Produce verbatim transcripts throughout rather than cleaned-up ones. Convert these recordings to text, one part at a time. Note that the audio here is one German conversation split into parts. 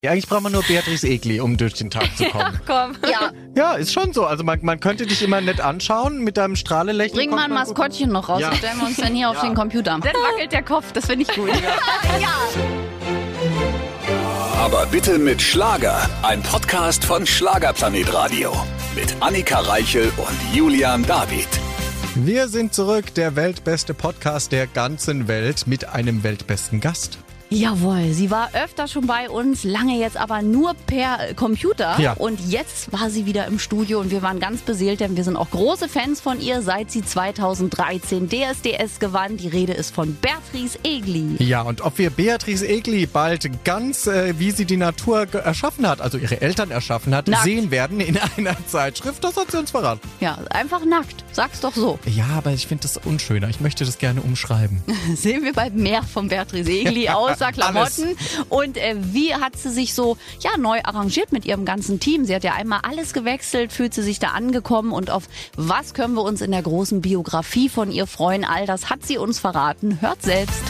Ja, eigentlich braucht man nur Beatrice Egli, um durch den Tag zu kommen. Ach komm. Ja, Ja, ist schon so. Also man, man könnte dich immer nett anschauen, mit deinem Strahlelächeln. bring mal kommt ein man gut- Maskottchen noch raus. Ja. Das stellen wir uns dann hier auf den Computer. Dann wackelt der Kopf, das finde ich gut. Aber bitte mit Schlager. Ein Podcast von Schlagerplanet Radio. Mit Annika Reichel und Julian David. Wir sind zurück, der weltbeste Podcast der ganzen Welt mit einem weltbesten Gast. Jawohl, sie war öfter schon bei uns, lange jetzt aber nur per Computer. Ja. Und jetzt war sie wieder im Studio und wir waren ganz beseelt, denn wir sind auch große Fans von ihr, seit sie zweitausenddreizehn D S D S gewann. Die Rede ist von Beatrice Egli. Ja, und ob wir Beatrice Egli bald ganz, äh, wie sie die Natur ge- erschaffen hat, also ihre Eltern erschaffen hat, Nackt. sehen werden in einer Zeitschrift, das hat sie uns verraten. Ja, einfach nackt. Sag's doch so. Ja, aber ich finde das unschöner. Ich möchte das gerne umschreiben. Sehen wir bald mehr von Beatrice Egli außer Klamotten. Und äh, wie hat sie sich so ja neu arrangiert mit ihrem ganzen Team? Sie hat ja einmal alles gewechselt, fühlt sie sich da angekommen und auf was können wir uns in der großen Biografie von ihr freuen? All das hat sie uns verraten. Hört selbst.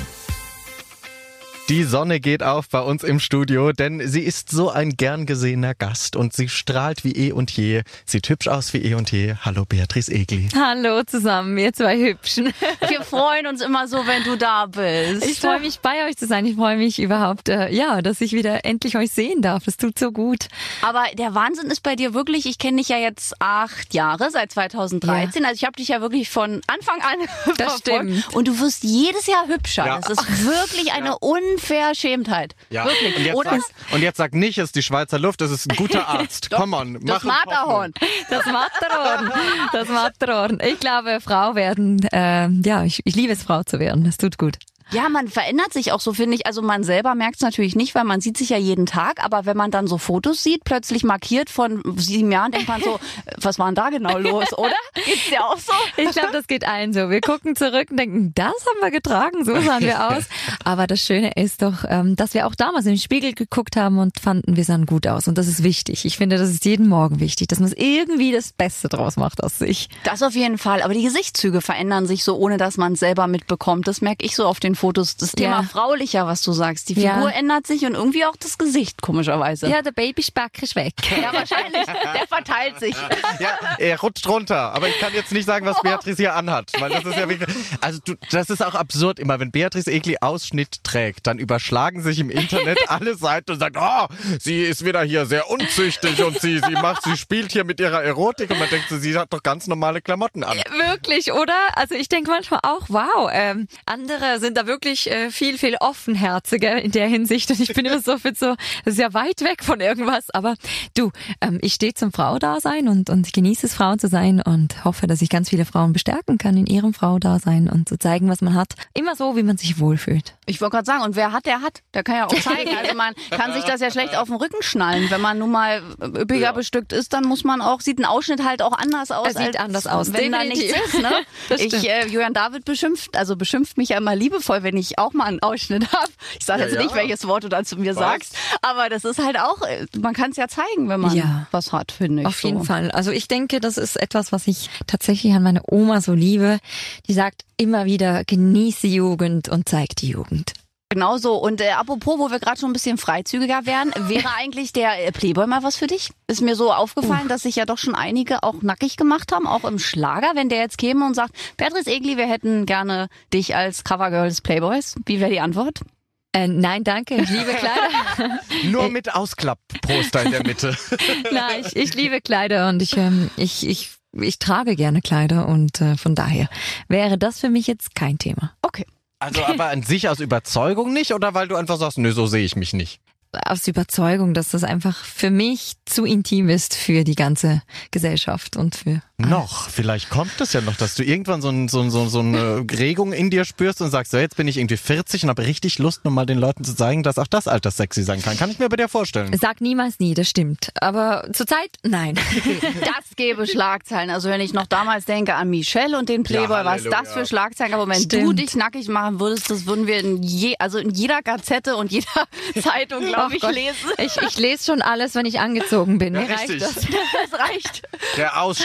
Die Sonne geht auf bei uns im Studio, denn sie ist so ein gern gesehener Gast und sie strahlt wie eh und je, sieht hübsch aus wie eh und je. Hallo Beatrice Egli. Hallo zusammen, ihr zwei Hübschen. Wir freuen uns immer so, wenn du da bist. Ich freue mich, bei euch zu sein. Ich freue mich überhaupt, äh, ja, dass ich wieder endlich euch sehen darf. Das tut so gut. Aber der Wahnsinn ist bei dir wirklich, ich kenne dich ja jetzt acht Jahre, seit zweitausenddreizehn. Also ich habe dich ja wirklich von Anfang an Das verfolgt. stimmt. Und du wirst jedes Jahr hübscher. Ja. Das ist wirklich eine Unverschämtheit. Ja. Wirklich. Und jetzt, Oder? sag, und jetzt sag nicht, es ist die Schweizer Luft, es ist ein guter Arzt. Come on, mach Das uns Matterhorn. Das Matterhorn. Das Matterhorn. Ich glaube, Frau werden, äh, ja, ich, ich liebe es, Frau zu werden. Das tut gut. Ja, man verändert sich auch so, finde ich. Also man selber merkt es natürlich nicht, weil man sieht sich ja jeden Tag. Aber wenn man dann so Fotos sieht, plötzlich markiert von sieben Jahren, denkt man so, was war denn da genau los, oder? Geht's dir auch so? Ich glaube, das geht allen so. Wir gucken zurück und denken, das haben wir getragen, so sahen wir aus. Aber das Schöne ist doch, ähm, dass wir auch damals in den Spiegel geguckt haben und fanden, wir sahen gut aus. Und das ist wichtig. Ich finde, das ist jeden Morgen wichtig, dass man irgendwie das Beste draus macht aus sich. Das auf jeden Fall. Aber die Gesichtszüge verändern sich so, ohne dass man es selber mitbekommt. Das merke ich so auf den Fotos. Das Thema Ja. fraulicher, was du sagst. Die Ja. Figur ändert sich und irgendwie auch das Gesicht, komischerweise. Ja, der Babyspeck ist weg. Ja, wahrscheinlich. Der verteilt sich. Ja, er rutscht runter. Aber ich kann jetzt nicht sagen, was Beatrice hier anhat. Weil das ist ja wirklich, also du, das ist auch absurd immer. Wenn Beatrice Egli Ausschnitt trägt, dann überschlagen sich im Internet alle Seiten und sagen, oh, sie ist wieder hier sehr unzüchtig und sie, sie macht, sie spielt hier mit ihrer Erotik und man denkt, so, sie hat doch ganz normale Klamotten an. Wirklich, oder? Also ich denke manchmal auch, wow, ähm, andere sind da wirklich äh, viel, viel offenherziger in der Hinsicht und ich bin immer so für so, das ist ja weit weg von irgendwas, aber du, ähm, ich stehe zum Fraudasein und, und ich genieße es, Frau zu sein und hoffe, dass ich ganz viele Frauen bestärken kann in ihrem Fraudasein und zu zeigen, was man hat. Immer so, wie man sich wohlfühlt. Ich wollte gerade sagen, und wer hat, der hat. Der kann ja auch zeigen. Also man kann sich das ja schlecht auf den Rücken schnallen. Wenn man nun mal üppiger Ja. bestückt ist, dann muss man auch, sieht ein Ausschnitt halt auch anders aus. Er sieht als anders aus, wenn da definitiv. nichts ist. Ne? Das Ich, stimmt. äh, Julian David beschimpft, also beschimpft mich ja immer liebevoll, wenn ich auch mal einen Ausschnitt habe. Ich sage Ja, jetzt ja. nicht, welches Wort du da zu mir Was? sagst, aber das ist halt auch, äh, man kann es ja zeigen, wenn man Ja. was hat, finde ich. Auf so. jeden Fall. Also ich denke, das ist etwas, was ich tatsächlich an meine Oma so liebe. Die sagt immer wieder, genieße die Jugend und zeig die Jugend. Genau so. Und äh, apropos, wo wir gerade schon ein bisschen freizügiger wären, wäre eigentlich der äh, Playboy mal was für dich? Ist mir so aufgefallen, dass sich ja doch schon einige auch nackig gemacht haben, auch im Schlager. Wenn der jetzt käme und sagt, Beatrice Egli, wir hätten gerne dich als Covergirl des Playboys. Wie wäre die Antwort? Äh, nein, danke. Ich liebe Kleider. Nur mit Ausklappposter in der Mitte. Nein, ich, ich liebe Kleider und ich, ähm, ich, ich, ich trage gerne Kleider und äh, von daher wäre das für mich jetzt kein Thema. Okay. Also aber an sich aus Überzeugung nicht oder weil du einfach sagst, nö, so sehe ich mich nicht? Aus Überzeugung, dass das einfach für mich zu intim ist für die ganze Gesellschaft und für Noch, vielleicht kommt es ja noch, dass du irgendwann so, ein, so, ein, so, so eine Regung in dir spürst und sagst, so jetzt bin ich irgendwie vierzig und habe richtig Lust, um mal den Leuten zu zeigen, dass auch das Alter sexy sein kann. Kann ich mir bei dir vorstellen. Sag niemals nie, das stimmt. Aber zurzeit, nein. Das gäbe Schlagzeilen. Also wenn ich noch damals denke an Michelle und den Playboy, Ja, was Halleluja. das für Schlagzeilen. Aber wenn du Stimmt. dich nackig machen würdest, das würden wir in je, also in jeder Gazette und jeder Zeitung, glaube Ach ich, Gott. lesen. Ich, ich lese schon alles, wenn ich angezogen bin. Mir Ja, reicht richtig. das. Das reicht. Der Ausschnitt der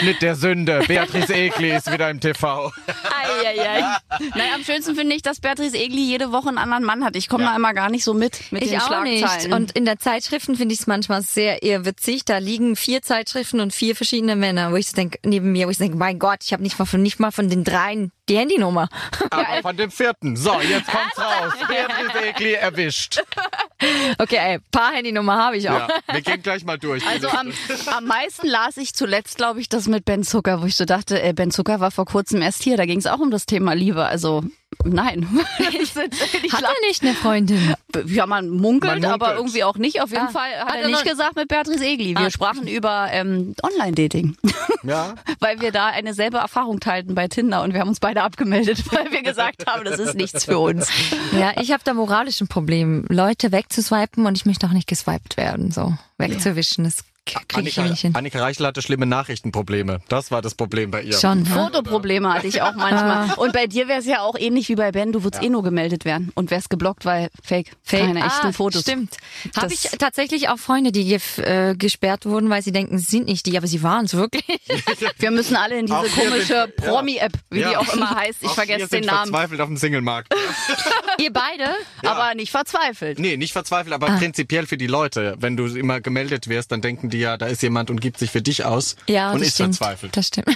Sünde. Beatrice Egli ist wieder im T V. Eieiei. Nein, am schönsten finde ich, dass Beatrice Egli jede Woche einen anderen Mann hat. Ich komme Ja. da immer gar nicht so mit, mit Ich den auch Schlagzeilen. nicht. Und in der Zeitschriften finde ich es manchmal sehr irrwitzig. Da liegen vier Zeitschriften und vier verschiedene Männer, wo ich so denke, neben mir, wo ich so denke, mein Gott, ich habe nicht mal von nicht mal von den dreien die Handynummer. Aber von dem vierten. So, jetzt kommt's raus. Beatrice Egli erwischt. Okay, ey, paar Handynummer habe ich auch. Ja, wir gehen gleich mal durch. Also am, am meisten las ich zuletzt, glaube ich, das mit Ben Zucker, wo ich so dachte, äh, Ben Zucker war vor kurzem erst hier. Da ging es auch um das Thema Liebe. Also nein. Hat er nicht eine Freundin? Ja, man munkelt, Man munkelt. aber irgendwie auch nicht. Auf jeden Ah. Fall hat, Hat er er nicht noch- gesagt mit Beatrice Egli. Wir Ah. sprachen über ähm, Online-Dating, Ja. weil wir da eine selbe Erfahrung teilten bei Tinder und wir haben uns beide abgemeldet, weil wir gesagt haben, das ist nichts für uns. Ja, ich habe da moralisch ein Problem, Leute wegzuswipen und ich möchte auch nicht geswiped werden, so wegzuwischen. Das kriege ich Annika, nicht hin. Annika Reichel hatte schlimme Nachrichtenprobleme. Das war das Problem bei ihr. Schon, ne? Fotoprobleme hatte ich auch manchmal. Und bei dir wäre es ja auch ähnlich wie bei Ben. Du würdest eh nur gemeldet werden und wärst geblockt, weil Fake, keine echten ah, Fotos. Stimmt. Habe Das- ich tatsächlich auch Freunde, die gef äh, gesperrt wurden, weil sie denken, sie sind nicht die, aber sie waren es wirklich. Wir müssen alle in diese Auch wir komische sind- ja. Promi-App, wie Ja. die auch immer heißt. Ich Auch vergesse wir den sind Namen. verzweifelt auf dem Singlemarkt. Ihr beide? Aber nicht verzweifelt. Nee, nicht verzweifelt, aber Ah. prinzipiell für die Leute. Wenn du immer gemeldet wirst, dann denken die ja, da ist jemand und gibt sich für dich aus Ja, und das ist stimmt. verzweifelt. Das stimmt.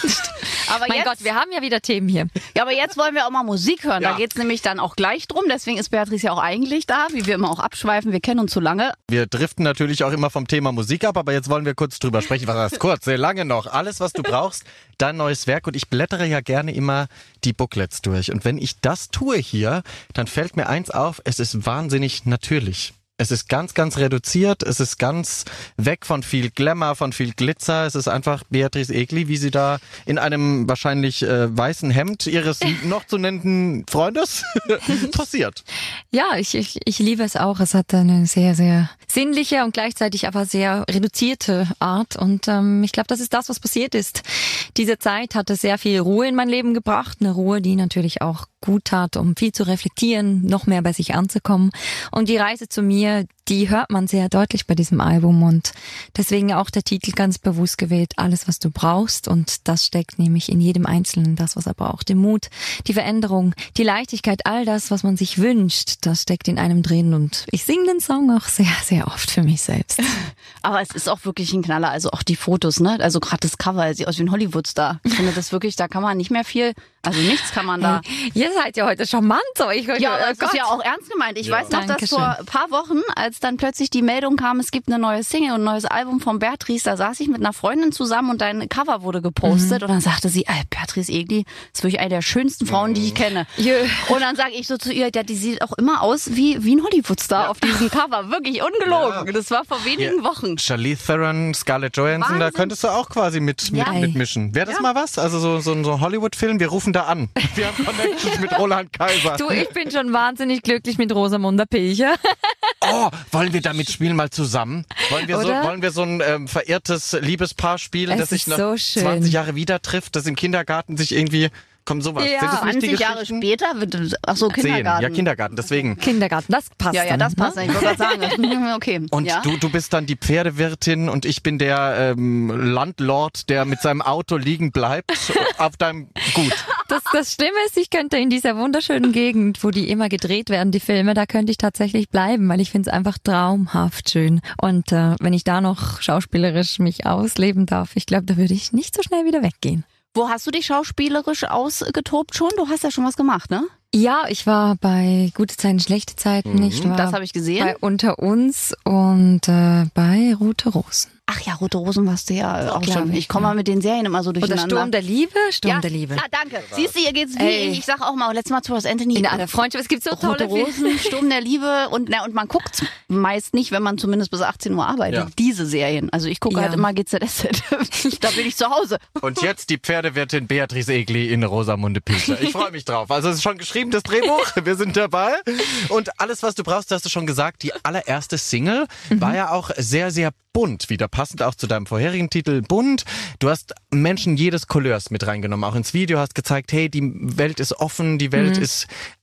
Aber Mein jetzt, Gott, wir haben ja wieder Themen hier. ja, aber jetzt wollen wir auch mal Musik hören. Ja. Da geht's nämlich dann auch gleich drum. Deswegen ist Beatrice ja auch eigentlich da, wie wir immer auch abschweifen. Wir kennen uns zu lange. Wir driften natürlich auch immer vom Thema Musik ab, aber jetzt wollen wir kurz drüber sprechen. Was heißt kurz? Sehr lange noch. Alles, was du brauchst, dein neues Werk. Und ich blättere ja gerne immer die Booklets durch. Und wenn ich das tue hier, dann fällt mir eins auf, es ist wahnsinnig natürlich. Es ist ganz, ganz reduziert. Es ist ganz weg von viel Glamour, von viel Glitzer. Es ist einfach Beatrice Egli, wie sie da in einem wahrscheinlich äh, weißen Hemd ihres noch zu nennenden Freundes passiert. Ja, ich, ich, ich liebe es auch. Es hat eine sehr, sehr sinnliche und gleichzeitig aber sehr reduzierte Art. Und ähm, ich glaube, das ist das, was passiert ist. Diese Zeit hatte sehr viel Ruhe in mein Leben gebracht. Eine Ruhe, die natürlich auch gut tat, um viel zu reflektieren, noch mehr bei sich anzukommen. Und die Reise zu mir, die hört man sehr deutlich bei diesem Album. Und deswegen auch der Titel ganz bewusst gewählt, alles, was du brauchst. Und das steckt nämlich in jedem Einzelnen, das, was er braucht. Den Mut, die Veränderung, die Leichtigkeit, all das, was man sich wünscht, das steckt in einem drin. Und ich singe den Song auch sehr, sehr oft für mich selbst. Aber es ist auch wirklich ein Knaller. Also auch die Fotos, ne? Also gerade das Cover, sieht aus wie ein Hollywood-Star. Ich finde das wirklich, da kann man nicht mehr viel, also nichts kann man da. Ihr seid ja heute charmant. So. Ich, Ja, oh das Gott. ist ja auch ernst gemeint. Ich Ja. weiß noch, dass Dankeschön. vor ein paar Wochen, als dann plötzlich die Meldung kam, es gibt eine neue Single und ein neues Album von Beatrice, da saß ich mit einer Freundin zusammen und dein Cover wurde gepostet Mhm. und dann sagte sie, ey, Beatrice Egli ist wirklich eine der schönsten Frauen, die ich kenne. Jö. Und dann sage ich so zu ihr, ja, die sieht auch immer aus wie, wie ein Hollywood-Star auf diesem Cover. Wirklich ungelogen. Ja. Das war vor wenigen Ja. Wochen. Charlize Theron, Scarlett Johansson, da Wahnsinn. könntest du auch quasi mit, mit, Ja. mitmischen. Wäre das mal was? Also so, so ein so ein Hollywood-Film, wir rufen da an. Wir haben Connections mit Roland Kaiser. Du, ich bin schon wahnsinnig glücklich mit Rosamunde Pilcher. Oh, wollen wir da mitspielen mal zusammen? Wollen wir so, Oder? wollen wir so ein ähm, verirrtes Liebespaar spielen, Es das sich ist nach so schön. zwanzig Jahre wieder trifft, das im Kindergarten sich irgendwie, komm sowas. Ja. Sind das nicht die zwanzig Jahre Geschichten? später wird, ach so, Zehn, Kindergarten. ja Kindergarten, deswegen. Kindergarten, das passt Ja, ja, dann, das passt. ne? Ich wollte gerade sagen. Okay. Und ja? du, du bist dann die Pferdewirtin und ich bin der ähm, Landlord, der mit seinem Auto liegen bleibt auf deinem Gut. Das, das Schlimme ist, ich könnte in dieser wunderschönen Gegend, wo die immer gedreht werden, die Filme, da könnte ich tatsächlich bleiben, weil ich finde es einfach traumhaft schön. Und äh, wenn ich da noch schauspielerisch mich ausleben darf, ich glaube, da würde ich nicht so schnell wieder weggehen. Wo hast du dich schauspielerisch ausgetobt schon? Du hast ja schon was gemacht, ne? Ja, ich war bei Gute Zeiten, Schlechte Zeiten. Ich war Das habe ich gesehen. bei Unter uns und äh, bei Rote Rosen. Ach ja, Rote Rosen warst du ja auch klar. schon. Ich komme mal mit den Serien immer so Oder durcheinander. Sturm der Liebe, Sturm ja, der Liebe. Ja, danke. Siehst du, ihr geht's wie, Ey. ich sag auch mal, letztes Mal zu Ross Anthony. In aller Freundschaft, es gibt so Rote tolle Filme. Rosen, Sturm der Liebe und na, und man guckt meist nicht, wenn man zumindest bis achtzehn Uhr arbeitet. Ja. Diese Serien. Also ich gucke Ja. halt immer G Z S Z. Da bin ich zu Hause. Und jetzt die Pferdewirtin Beatrice Egli in Rosamunde Pilcher. Ich freue mich drauf. Also es ist schon geschrieben, das Drehbuch. Wir sind dabei. Und alles, was du brauchst, hast du schon gesagt. Die allererste Single war ja auch sehr, sehr bunt. Wieder passend auch zu deinem vorherigen Titel. Bunt. Du hast Menschen jedes Couleurs mit reingenommen. Auch ins Video hast gezeigt, hey, die Welt ist offen, die Welt ist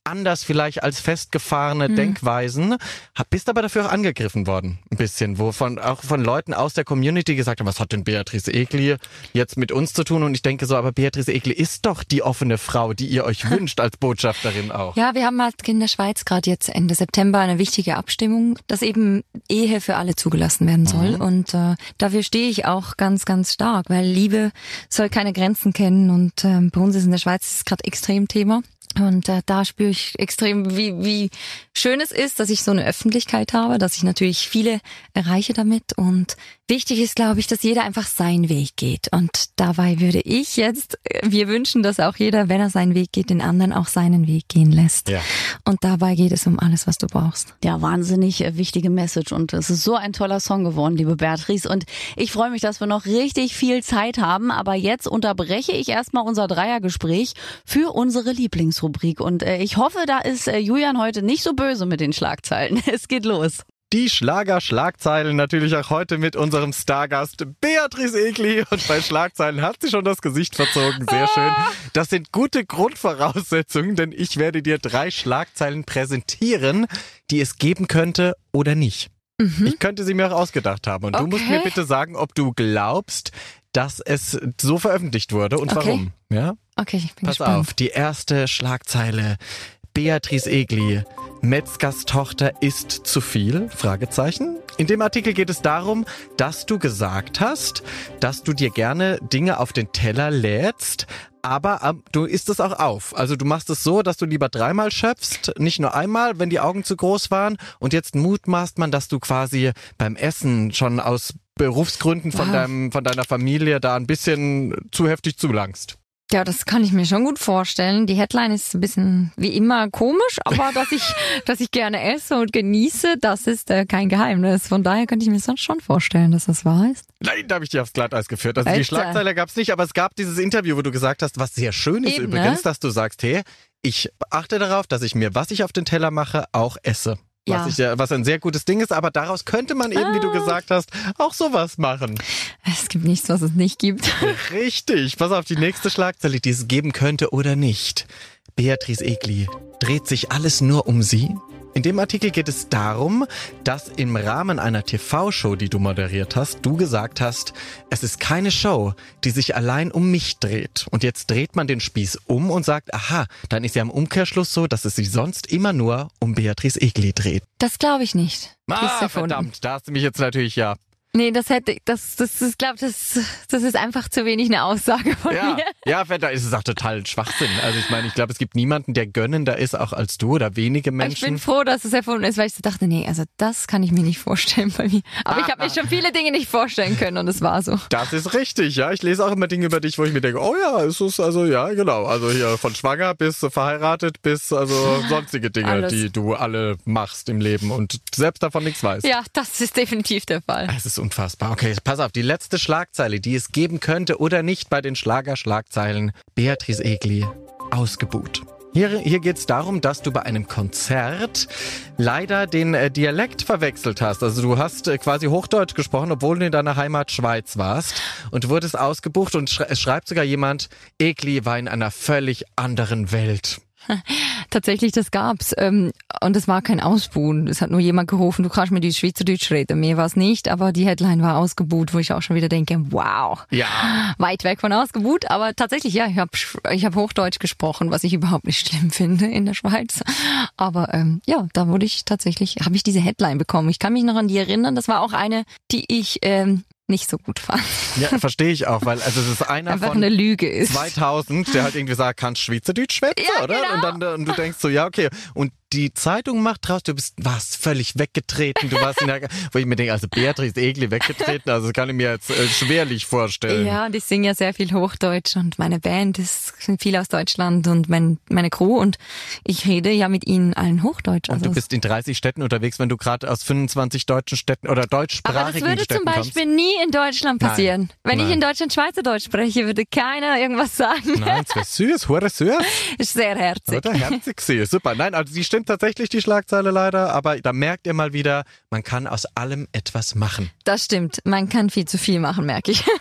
anders vielleicht als festgefahrene Mhm. Denkweisen. Hab- Bist aber dafür auch angegriffen worden, ein bisschen, wo von, auch von Leuten aus der Community gesagt haben, was hat denn Beatrice Egli jetzt mit uns zu tun? Und ich denke so, aber Beatrice Egli ist doch die offene Frau, die ihr euch wünscht als Botschafterin auch. Ja, wir haben halt in der Schweiz gerade jetzt Ende September eine wichtige Abstimmung, dass eben Ehe für alle zugelassen werden soll. Mhm. Und äh, dafür stehe ich auch ganz, ganz stark, weil Liebe soll keine Grenzen kennen. Und ähm, bei uns ist in der Schweiz ist es gerade extrem Thema. Und äh, da spüre ich extrem, wie, wie schön es ist, dass ich so eine Öffentlichkeit habe, dass ich natürlich viele erreiche damit. Und wichtig ist, glaube ich, dass jeder einfach seinen Weg geht. Und dabei würde ich jetzt mir wünschen, dass auch jeder, wenn er seinen Weg geht, den anderen auch seinen Weg gehen lässt. Ja. Und dabei geht es um alles, was du brauchst. Ja, wahnsinnig äh, wichtige Message und es ist so ein toller Song geworden, liebe Beatrice. Und ich freue mich, dass wir noch richtig viel Zeit haben. Aber jetzt unterbreche ich erstmal unser Dreiergespräch für unsere Lieblingsrubrik. Und äh, ich hoffe, da ist äh, Julian heute nicht so böse mit den Schlagzeilen. Es geht los. Die Schlager-Schlagzeilen natürlich auch heute mit unserem Stargast Beatrice Egli. Und bei Schlagzeilen hat sie schon das Gesicht verzogen. Sehr schön. Das sind gute Grundvoraussetzungen, denn ich werde dir drei Schlagzeilen präsentieren, die es geben könnte oder nicht. Mhm. Ich könnte sie mir auch ausgedacht haben. Und du Okay. musst mir bitte sagen, ob du glaubst, dass es so veröffentlicht wurde und Okay. warum. Ja? Okay, ich bin Pass gespannt. auf, die erste Schlagzeile. Beatrice Egli, Metzgers Tochter isst zu viel? Fragezeichen. In dem Artikel geht es darum, dass du gesagt hast, dass du dir gerne Dinge auf den Teller lädst, aber ähm, du isst es auch auf. Also du machst es so, dass du lieber dreimal schöpfst, nicht nur einmal, wenn die Augen zu groß waren. Und jetzt mutmaßt man, dass du quasi beim Essen schon aus Berufsgründen von Wow. deinem, von deiner Familie da ein bisschen zu heftig zulangst. Ja, das kann ich mir schon gut vorstellen. Die Headline ist ein bisschen wie immer komisch, aber dass ich, dass ich gerne esse und genieße, das ist äh, kein Geheimnis. Von daher könnte ich mir sonst schon vorstellen, dass das wahr ist. Nein, da habe ich dich aufs Glatteis geführt. Also die Alter. Schlagzeile gab's nicht, aber es gab dieses Interview, wo du gesagt hast, was sehr schön ist Eben, übrigens, ne? dass du sagst, hey, ich achte darauf, dass ich mir, was ich auf den Teller mache, auch esse. Ja. Was, ich, ja- was ein sehr gutes Ding ist, aber daraus könnte man eben, wie du Ah. gesagt hast, auch sowas machen. Es gibt nichts, was es nicht gibt. Richtig. Pass auf die nächste Schlagzeile, die es geben könnte oder nicht. Beatrice Egli, dreht sich alles nur um sie? In dem Artikel geht es darum, dass im Rahmen einer T V-Show, die du moderiert hast, du gesagt hast, es ist keine Show, die sich allein um mich dreht. Und jetzt dreht man den Spieß um und sagt, aha, dann ist ja im Umkehrschluss so, dass es sich sonst immer nur um Beatrice Egli dreht. Das glaube ich nicht. Das ist Ah, erfunden. verdammt, da hast du mich jetzt natürlich, ja. Nee, das hätte, das, das ist, glaube das, das ist einfach zu wenig eine Aussage von Ja, mir. ja, da ist es auch total Schwachsinn. Also ich meine, ich glaube, es gibt niemanden, der gönnender ist, auch als du oder wenige Ich bin Menschen. froh, dass es erfunden ist, weil ich so dachte, nee, also das kann ich mir nicht vorstellen bei mir. Aber ich habe mir schon viele Dinge nicht vorstellen können und es war so. Das ist richtig, ja. Ich lese auch immer Dinge über dich, wo ich mir denke, oh ja, es ist also, ja, genau. Also hier von schwanger bis verheiratet bis also sonstige Dinge, Alles. die du alle machst im Leben und selbst davon nichts weißt. Ja, das ist definitiv der Fall. Es ist unfassbar. Okay, pass auf, die letzte Schlagzeile, die es geben könnte oder nicht bei den Schlager-Schlagzeilen. Beatrice Egli, ausgebuht. Hier, hier geht es darum, dass du bei einem Konzert leider den äh, Dialekt verwechselt hast. Also du hast äh, quasi Hochdeutsch gesprochen, obwohl du in deiner Heimat Schweiz warst und du wurdest ausgebucht und sch es schreibt sogar jemand, Egli war in einer völlig anderen Welt. Tatsächlich, das gab's. Ähm, und es war kein Ausbuhen. Es hat nur jemand gerufen, du kannst mir die Schweizerdeutsch reden. Mir war es nicht, aber die Headline war ausgebuht, wo ich auch schon wieder denke, wow. Ja. Weit weg von ausgebuht, aber tatsächlich, ja, ich habe ich hab Hochdeutsch gesprochen, was ich überhaupt nicht schlimm finde in der Schweiz. Aber ähm, ja, da wurde ich tatsächlich, habe ich diese Headline bekommen. Ich kann mich noch an die erinnern, das war auch eine, die ich ähm, nicht so gut fand. Ja, verstehe ich auch, weil also es ist einer Einfach von eine Lüge ist. zweitausend, der halt irgendwie sagt, kannst Schweizerdeutsch schwätzen, Ja, oder? genau. Und dann und du denkst so, ja, okay. Und die Zeitung macht draus, du bist warst völlig weggetreten, du warst in der, wo ich mir denke, also Beatrice Egli weggetreten, also das kann ich mir jetzt äh, schwerlich vorstellen. Ja, und ich singe ja sehr viel Hochdeutsch und meine Band ist sind viele aus Deutschland und mein, meine Crew und ich rede ja mit ihnen allen Hochdeutsch. Und Also du bist in dreißig Städten unterwegs, wenn du gerade aus fünfundzwanzig deutschen Städten oder deutschsprachigen aber das würde Städten zum Beispiel kommst. nie in Deutschland passieren. Nein. Wenn Nein. ich in Deutschland Schweizerdeutsch spreche, würde keiner irgendwas sagen. Nein, es wäre süß, hure süß. Ist sehr herzig. Oder herzig sie. Super. Nein, also die stimmt tatsächlich, die Schlagzeile leider, aber da merkt ihr mal wieder, man kann aus allem etwas machen. Das stimmt. Man kann viel zu viel machen, merke ich.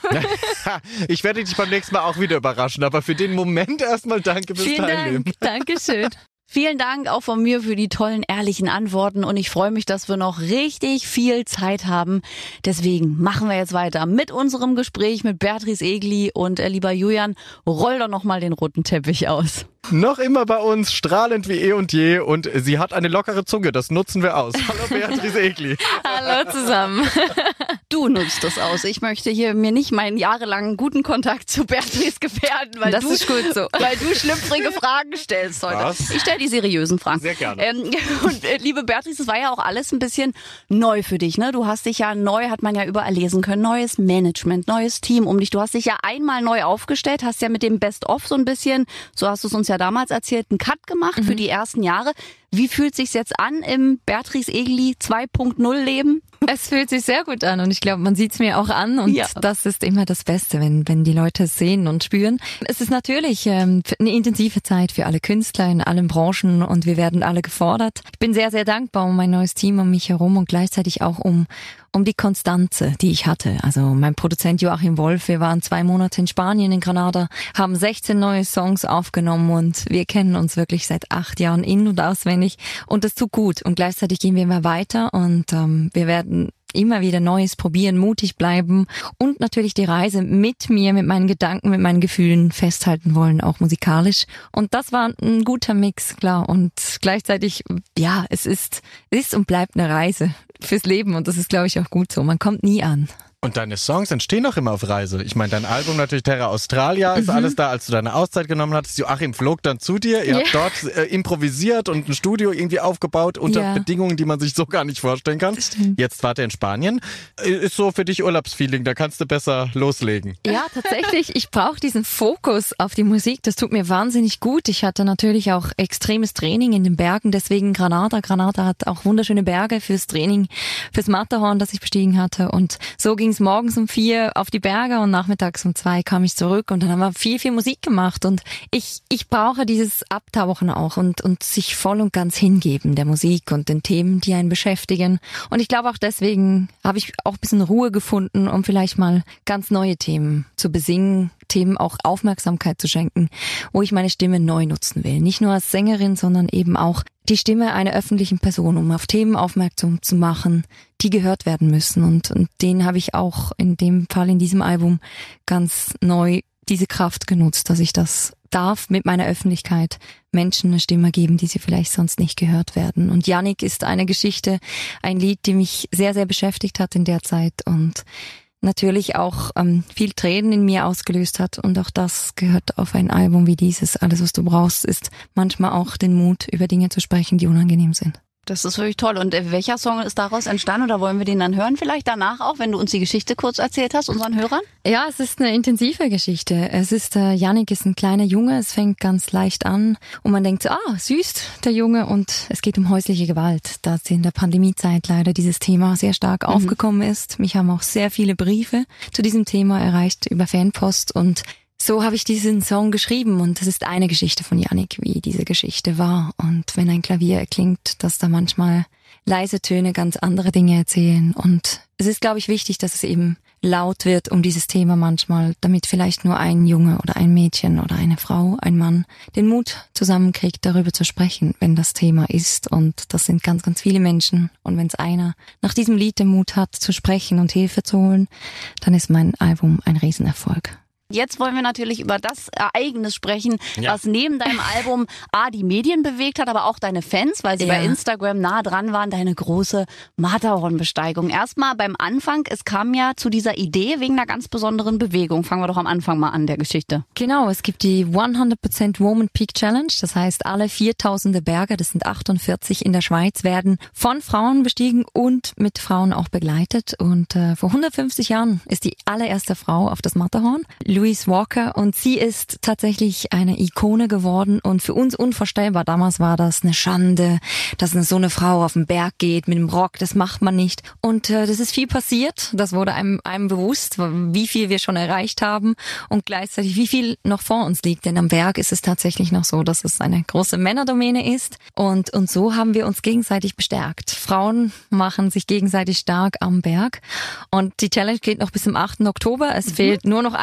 Ich werde dich beim nächsten Mal auch wieder überraschen, aber für den Moment erstmal danke fürs Vielen Teilnehmen. Dank. Dankeschön. Vielen Dank auch von mir für die tollen, ehrlichen Antworten und ich freue mich, dass wir noch richtig viel Zeit haben. Deswegen machen wir jetzt weiter mit unserem Gespräch mit Beatrice Egli und äh, lieber Julian, roll doch nochmal den roten Teppich aus. Noch immer bei uns, strahlend wie eh und je und sie hat eine lockere Zunge, das nutzen wir aus. Hallo Beatrice Egli. Hallo zusammen. Du nutzt das aus. Ich möchte hier mir nicht meinen jahrelangen guten Kontakt zu Beatrice gefährden, weil, das du, ist gut so. weil du schlüpfrige Fragen stellst heute. Was? Ich stelle die seriösen Fragen. Sehr gerne. Ähm, und äh, liebe Beatrice, das war ja auch alles ein bisschen neu für dich, ne? Du hast dich ja neu, hat man ja überall lesen können, neues Management, neues Team um dich. Du hast dich ja einmal neu aufgestellt, hast ja mit dem Best-of so ein bisschen, so hast du es uns ja damals erzählt, einen Cut gemacht mhm. für die ersten Jahre. Wie fühlt sich's jetzt an im Beatrice Egli zwei Punkt null Leben? Es fühlt sich sehr gut an und ich glaube, man sieht's mir auch an und ja. das ist immer das Beste, wenn wenn die Leute es sehen und spüren. Es ist natürlich ähm, eine intensive Zeit für alle Künstler in allen Branchen und wir werden alle gefordert. Ich bin sehr, sehr dankbar um mein neues Team um mich herum und gleichzeitig auch um um die Konstanze, die ich hatte. Also mein Produzent Joachim Wolf, wir waren zwei Monate in Spanien, in Granada, haben sechzehn neue Songs aufgenommen und wir kennen uns wirklich seit acht Jahren in- und auswendig und das tut gut. Und gleichzeitig gehen wir immer weiter und ähm, wir werden immer wieder Neues probieren, mutig bleiben und natürlich die Reise mit mir, mit meinen Gedanken, mit meinen Gefühlen festhalten wollen, auch musikalisch. Und das war ein guter Mix, klar. Und gleichzeitig, ja, es ist, ist und bleibt eine Reise fürs Leben und das ist, glaube ich, auch gut so. Man kommt nie an. Und deine Songs entstehen auch immer auf Reise. Ich meine, dein Album natürlich Terra Australia ist mhm. alles da, als du deine Auszeit genommen hattest. Joachim flog dann zu dir. Ihr ja. habt dort äh, improvisiert und ein Studio irgendwie aufgebaut unter ja. Bedingungen, die man sich so gar nicht vorstellen kann. Jetzt wart ihr in Spanien. Ist so für dich Urlaubsfeeling, da kannst du besser loslegen. Ja, tatsächlich. Ich brauche diesen Fokus auf die Musik. Das tut mir wahnsinnig gut. Ich hatte natürlich auch extremes Training in den Bergen, deswegen Granada. Granada hat auch wunderschöne Berge fürs Training, fürs Matterhorn, das ich bestiegen hatte. Und so ging es morgens um vier auf die Berge und nachmittags um zwei kam ich zurück und dann haben wir viel, viel Musik gemacht und ich ich brauche dieses Abtauchen auch und und sich voll und ganz hingeben der Musik und den Themen, die einen beschäftigen. Und ich glaube auch deswegen habe ich auch ein bisschen Ruhe gefunden, um vielleicht mal ganz neue Themen zu besingen, Themen auch Aufmerksamkeit zu schenken, wo ich meine Stimme neu nutzen will. Nicht nur als Sängerin, sondern eben auch die Stimme einer öffentlichen Person, um auf Themen aufmerksam zu machen, die gehört werden müssen. Und, und den habe ich auch in dem Fall, in diesem Album, ganz neu diese Kraft genutzt, dass ich das darf mit meiner Öffentlichkeit Menschen eine Stimme geben, die sie vielleicht sonst nicht gehört werden. Und Yannick ist eine Geschichte, ein Lied, die mich sehr, sehr beschäftigt hat in der Zeit und natürlich auch ähm, viel Tränen in mir ausgelöst hat und auch das gehört auf ein Album wie dieses. Alles, was du brauchst, ist manchmal auch den Mut, über Dinge zu sprechen, die unangenehm sind. Das ist wirklich toll. Und äh, welcher Song ist daraus entstanden oder wollen wir den dann hören? Vielleicht danach auch, wenn du uns die Geschichte kurz erzählt hast, unseren Hörern? Ja, es ist eine intensive Geschichte. Es ist, äh, Yannick ist ein kleiner Junge, es fängt ganz leicht an und man denkt so, ah, süß, der Junge, und es geht um häusliche Gewalt, da in der Pandemiezeit leider dieses Thema sehr stark mhm. aufgekommen ist. Mich haben auch sehr viele Briefe zu diesem Thema erreicht über Fanpost und so habe ich diesen Song geschrieben und es ist eine Geschichte von Yannick, wie diese Geschichte war. Und wenn ein Klavier erklingt, dass da manchmal leise Töne ganz andere Dinge erzählen. Und es ist, glaube ich, wichtig, dass es eben laut wird um dieses Thema manchmal, damit vielleicht nur ein Junge oder ein Mädchen oder eine Frau, ein Mann den Mut zusammenkriegt, darüber zu sprechen, wenn das Thema ist. Und das sind ganz, ganz viele Menschen. Und wenn es einer nach diesem Lied den Mut hat, zu sprechen und Hilfe zu holen, dann ist mein Album ein Riesenerfolg. Jetzt wollen wir natürlich über das Ereignis sprechen, ja. was neben deinem Album A, die Medien bewegt hat, aber auch deine Fans, weil sie ja. bei Instagram nah dran waren, deine große Matterhorn-Besteigung. Erstmal beim Anfang, es kam ja zu dieser Idee wegen einer ganz besonderen Bewegung. Fangen wir doch am Anfang mal an der Geschichte. Genau, es gibt die hundert Prozent Woman Peak Challenge, das heißt alle viertausende Berge, das sind achtundvierzig in der Schweiz, werden von Frauen bestiegen und mit Frauen auch begleitet. Und äh, vor hundertfünfzig Jahren ist die allererste Frau auf das Matterhorn, Louise Walker, und sie ist tatsächlich eine Ikone geworden und für uns unvorstellbar. Damals war das eine Schande, dass so eine Frau auf den Berg geht mit dem Rock, das macht man nicht. Und äh, das ist viel passiert, das wurde einem, einem bewusst, wie viel wir schon erreicht haben und gleichzeitig wie viel noch vor uns liegt. Denn am Berg ist es tatsächlich noch so, dass es eine große Männerdomäne ist und, und so haben wir uns gegenseitig bestärkt. Frauen machen sich gegenseitig stark am Berg und die Challenge geht noch bis zum achten Oktober. Es mhm. fehlt nur noch ein viertausender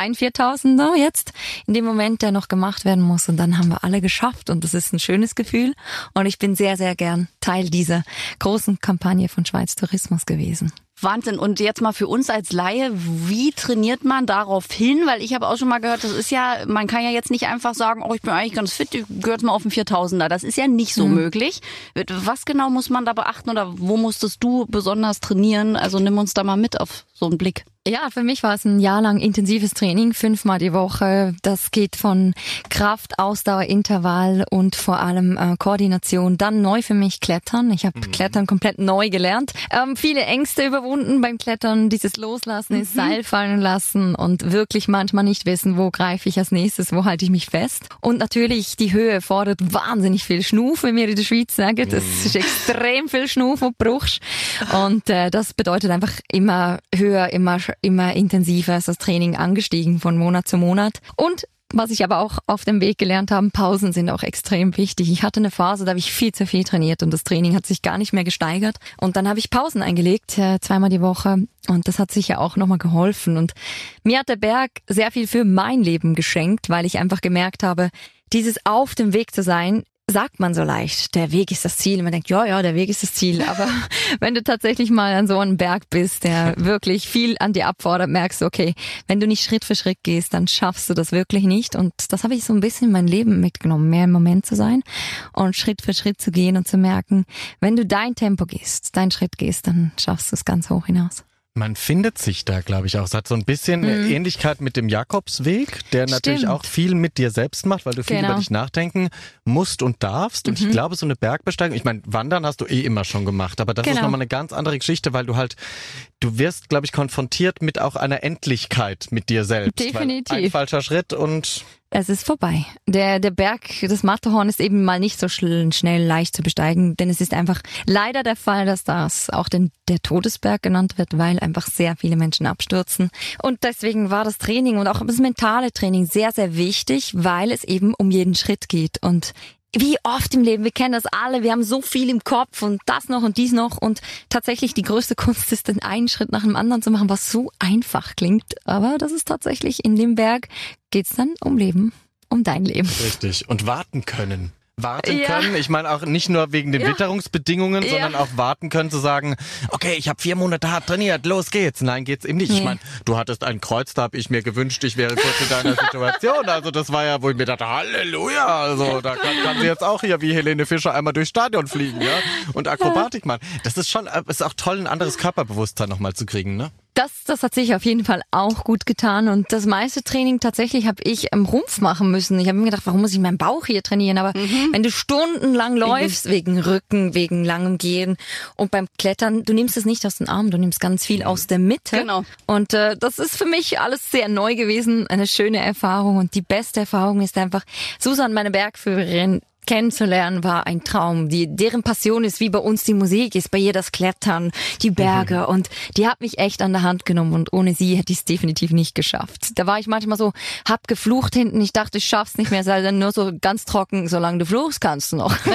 viertausender jetzt in dem Moment, der noch gemacht werden muss. Und dann haben wir alle geschafft und das ist ein schönes Gefühl. Und ich bin sehr, sehr gern Teil dieser großen Kampagne von Schweiz Tourismus gewesen. Wahnsinn. Und jetzt mal für uns als Laie, wie trainiert man darauf hin? Weil ich habe auch schon mal gehört, das ist ja, man kann ja jetzt nicht einfach sagen, oh, ich bin eigentlich ganz fit, ich gehöre jetzt mal auf den viertausender. Das ist ja nicht so mhm. möglich. Was genau muss man da beachten oder wo musstest du besonders trainieren? Also nimm uns da mal mit auf so einen Blick. Ja, für mich war es ein Jahr lang intensives Training, fünfmal die Woche. Das geht von Kraft, Ausdauer, Intervall und vor allem äh, Koordination. Dann neu für mich Klettern. Ich habe mhm. Klettern komplett neu gelernt. Ähm, viele Ängste überwunden beim Klettern. Dieses Loslassen, mhm. das Seil fallen lassen und wirklich manchmal nicht wissen, wo greife ich als nächstes, wo halte ich mich fest. Und natürlich, die Höhe fordert wahnsinnig viel Schnuf, wie wir in der Schweiz sagen. Das mhm. ist extrem viel Schnuf und Bruchst. Und äh, das bedeutet einfach immer höher, immer immer intensiver ist das Training angestiegen von Monat zu Monat. Und was ich aber auch auf dem Weg gelernt habe, Pausen sind auch extrem wichtig. Ich hatte eine Phase, da habe ich viel zu viel trainiert und das Training hat sich gar nicht mehr gesteigert. Und dann habe ich Pausen eingelegt, äh, zweimal die Woche. Und das hat sich ja auch nochmal geholfen. Und mir hat der Berg sehr viel für mein Leben geschenkt, weil ich einfach gemerkt habe, dieses auf dem Weg zu sein, sagt man so leicht, der Weg ist das Ziel. Man denkt, ja, ja, der Weg ist das Ziel. Aber wenn du tatsächlich mal an so einem Berg bist, der wirklich viel an dir abfordert, merkst du, okay, wenn du nicht Schritt für Schritt gehst, dann schaffst du das wirklich nicht. Und das habe ich so ein bisschen in mein Leben mitgenommen, mehr im Moment zu sein und Schritt für Schritt zu gehen und zu merken, wenn du dein Tempo gehst, deinen Schritt gehst, dann schaffst du es ganz hoch hinaus. Man findet sich da, glaube ich, auch. Es hat so ein bisschen mhm. Ähnlichkeit mit dem Jakobsweg, der natürlich Stimmt. auch viel mit dir selbst macht, weil du viel genau. über dich nachdenken musst und darfst. Und mhm. ich glaube, so eine Bergbesteigung, ich meine, Wandern hast du eh immer schon gemacht, aber das genau. ist nochmal eine ganz andere Geschichte, weil du halt, du wirst, glaube ich, konfrontiert mit auch einer Endlichkeit mit dir selbst. Definitiv. Weil ein falscher Schritt und... Es ist vorbei. Der, der Berg, das Matterhorn ist eben mal nicht so schnell, schnell leicht zu besteigen, denn es ist einfach leider der Fall, dass das auch den, der Todesberg genannt wird, weil einfach sehr viele Menschen abstürzen. Und deswegen war das Training und auch das mentale Training sehr, sehr wichtig, weil es eben um jeden Schritt geht. Und wie oft im Leben, wir kennen das alle, wir haben so viel im Kopf und das noch und dies noch und tatsächlich die größte Kunst ist, den einen Schritt nach dem anderen zu machen, was so einfach klingt, aber das ist tatsächlich, in dem Berg geht's dann um Leben, um dein Leben. Richtig, und warten können. Warten ja. können, ich meine auch nicht nur wegen den ja. Witterungsbedingungen, ja. sondern auch warten können zu sagen, okay, ich habe vier Monate hart trainiert, los geht's. Nein, geht's eben nicht. Nee. Ich meine, du hattest ein Kreuz, da habe ich mir gewünscht, ich wäre kurz in deiner Situation. Also das war ja, wo ich mir dachte, Halleluja, also da kann, kann sie jetzt auch hier wie Helene Fischer einmal durchs Stadion fliegen, ja, und Akrobatik machen. Das ist schon, ist auch toll, ein anderes Körperbewusstsein nochmal zu kriegen, ne? Das, das hat sich auf jeden Fall auch gut getan und das meiste Training tatsächlich habe ich im Rumpf machen müssen. Ich habe mir gedacht, warum muss ich meinen Bauch hier trainieren? Aber mhm. wenn du stundenlang läufst, mhm. wegen Rücken, wegen langem Gehen und beim Klettern, du nimmst es nicht aus den Armen, du nimmst ganz viel mhm. aus der Mitte. Genau. Und äh, das ist für mich alles sehr neu gewesen, eine schöne Erfahrung und die beste Erfahrung ist einfach, Susan, meine Bergführerin, kennenzulernen war ein Traum. Die, deren Passion ist, wie bei uns die Musik ist, bei ihr das Klettern, die Berge mhm. und die hat mich echt an der Hand genommen und ohne sie hätte ich es definitiv nicht geschafft. Da war ich manchmal so, hab geflucht hinten, ich dachte, ich schaff's nicht mehr, sei dann nur so ganz trocken, solange du fluchst, kannst du noch.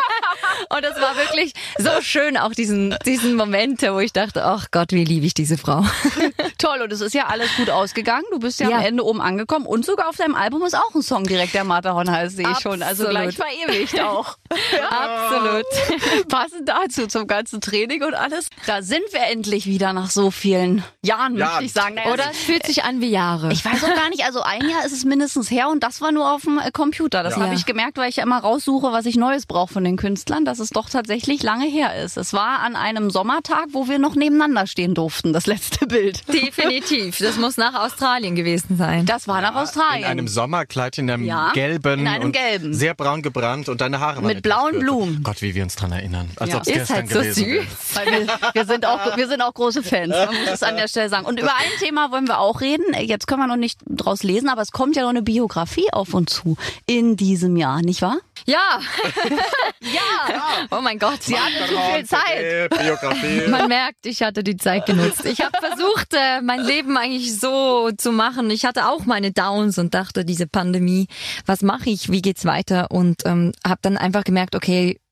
Und das war wirklich so schön, auch diesen, diesen Momente, wo ich dachte, ach Gott, wie liebe ich diese Frau. Toll, und es ist ja alles gut ausgegangen. Du bist ja, ja am Ende oben angekommen und sogar auf deinem Album ist auch ein Song direkt, der Matterhorn heißt, sehe ich schon. Also gleich verewigt auch. Ja. Absolut. Passend dazu zum ganzen Training und alles. Da sind wir endlich wieder nach so vielen Jahren, ja. möchte ich sagen. Naja, Oder es fühlt sich an wie Jahre. Ich weiß auch gar nicht, also ein Jahr ist es mindestens her und das war nur auf dem Computer. Das ja. habe ich gemerkt, weil ich ja immer raussuche, was ich Neues brauche von den Künstlern, dass es doch tatsächlich lange her ist. Es war an einem Sommertag, wo wir noch nebeneinander stehen durften, das letzte Bild. Definitiv. Das muss nach Australien gewesen sein. Das war nach Australien. In einem Sommerkleid, in einem ja, gelben in einem und gelben. sehr braun gebrannt und deine Haare waren mit blauen gehört. Blumen. Gott, wie wir uns dran erinnern. Als ja. ob es gestern halt gewesen so wäre. Weil wir, wir, sind auch, wir sind auch große Fans, man muss es an der Stelle sagen. Und über ein Thema wollen wir auch reden. Jetzt können wir noch nicht draus lesen, aber es kommt ja noch eine Biografie auf uns zu in diesem Jahr, nicht wahr? Ja. ja. Oh mein Gott, Sie hatten zu viel Zeit. Biografie. Man merkt, ich hatte die Zeit genutzt. Ich habe versucht, äh, mein Leben eigentlich so zu machen. Ich hatte auch meine Downs und dachte, diese Pandemie, was mache ich, wie geht's weiter? Und ähm, habe dann einfach gemerkt, okay,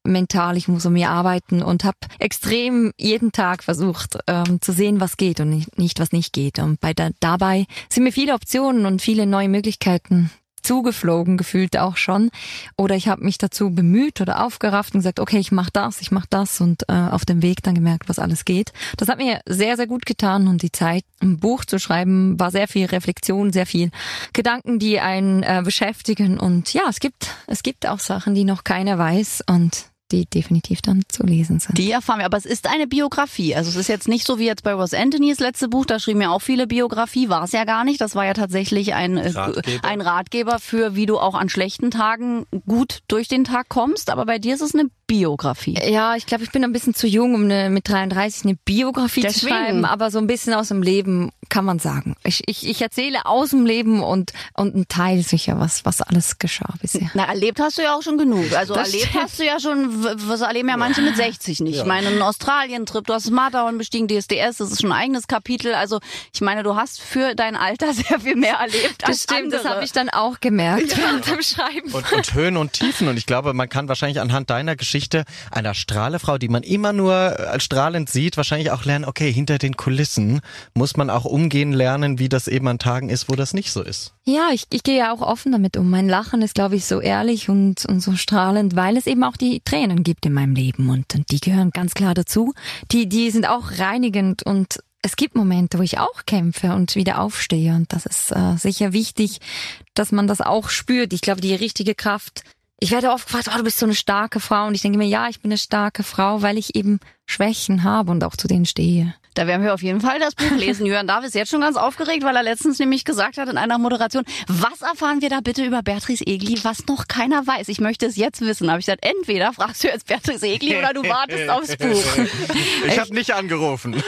mental, ich muss an mir arbeiten und habe extrem jeden Tag versucht ähm, zu sehen, was geht und nicht, nicht was nicht geht. Und bei der, dabei sind mir viele Optionen und viele neue Möglichkeiten zugeflogen, gefühlt auch schon. Oder ich habe mich dazu bemüht oder aufgerafft und gesagt, okay, ich mache das, ich mache das und äh, auf dem Weg dann gemerkt, was alles geht. Das hat mir sehr, sehr gut getan und die Zeit, ein Buch zu schreiben, war sehr viel Reflexion, sehr viel Gedanken, die einen äh, beschäftigen. Und ja, es gibt, es gibt auch Sachen, die noch keiner weiß und die definitiv dann zu lesen sind. Die erfahren wir, aber es ist eine Biografie. Also es ist jetzt nicht so wie jetzt bei Ross Anthonys letzte Buch, da schrieben ja auch viele Biografie, war es ja gar nicht. Das war ja tatsächlich ein Ratgeber. ein Ratgeber für, wie du auch an schlechten Tagen gut durch den Tag kommst. Aber bei dir ist es eine Biografie. Ja, ich glaube, ich bin ein bisschen zu jung, um eine, mit dreiunddreißig eine Biografie Deswegen. zu schreiben, aber so ein bisschen aus dem Leben kann man sagen. Ich, ich, ich erzähle aus dem Leben und, und ein Teil sicher, was, was alles geschah bisher. Na, erlebt hast du ja auch schon genug. Also Das erlebt stimmt. hast du ja schon, was erleben ja manche mit sechzig nicht. Ich meine, einen Australien-Trip, du hast das Matterhorn bestiegen, D S D S, das ist schon ein eigenes Kapitel. Also ich meine, du hast für dein Alter sehr viel mehr erlebt Das als stimmt, andere. das habe ich dann auch gemerkt während dem Schreiben. Und, und Höhen und Tiefen. Und ich glaube, man kann wahrscheinlich anhand deiner Geschichte einer Strahlefrau, die man immer nur als strahlend sieht, wahrscheinlich auch lernen, okay, hinter den Kulissen muss man auch umgehen lernen, wie das eben an Tagen ist, wo das nicht so ist. Ja, ich, ich gehe ja auch offen damit um. Mein Lachen ist, glaube ich, so ehrlich und, und so strahlend, weil es eben auch die Tränen gibt in meinem Leben und, und die gehören ganz klar dazu. Die, die sind auch reinigend und es gibt Momente, wo ich auch kämpfe und wieder aufstehe und das ist äh, sicher wichtig, dass man das auch spürt. Ich glaube, die richtige Kraft. Ich werde oft gefragt, oh, du bist so eine starke Frau und ich denke mir, ja, ich bin eine starke Frau, weil ich eben Schwächen habe und auch zu denen stehe. Da werden wir auf jeden Fall das Buch lesen. Jörn Dav ist jetzt schon ganz aufgeregt, weil er letztens nämlich gesagt hat in einer Moderation, was erfahren wir da bitte über Beatrice Egli, was noch keiner weiß? Ich möchte es jetzt wissen. Habe ich gesagt, entweder fragst du jetzt Beatrice Egli oder du wartest aufs Buch. Ich habe nicht angerufen.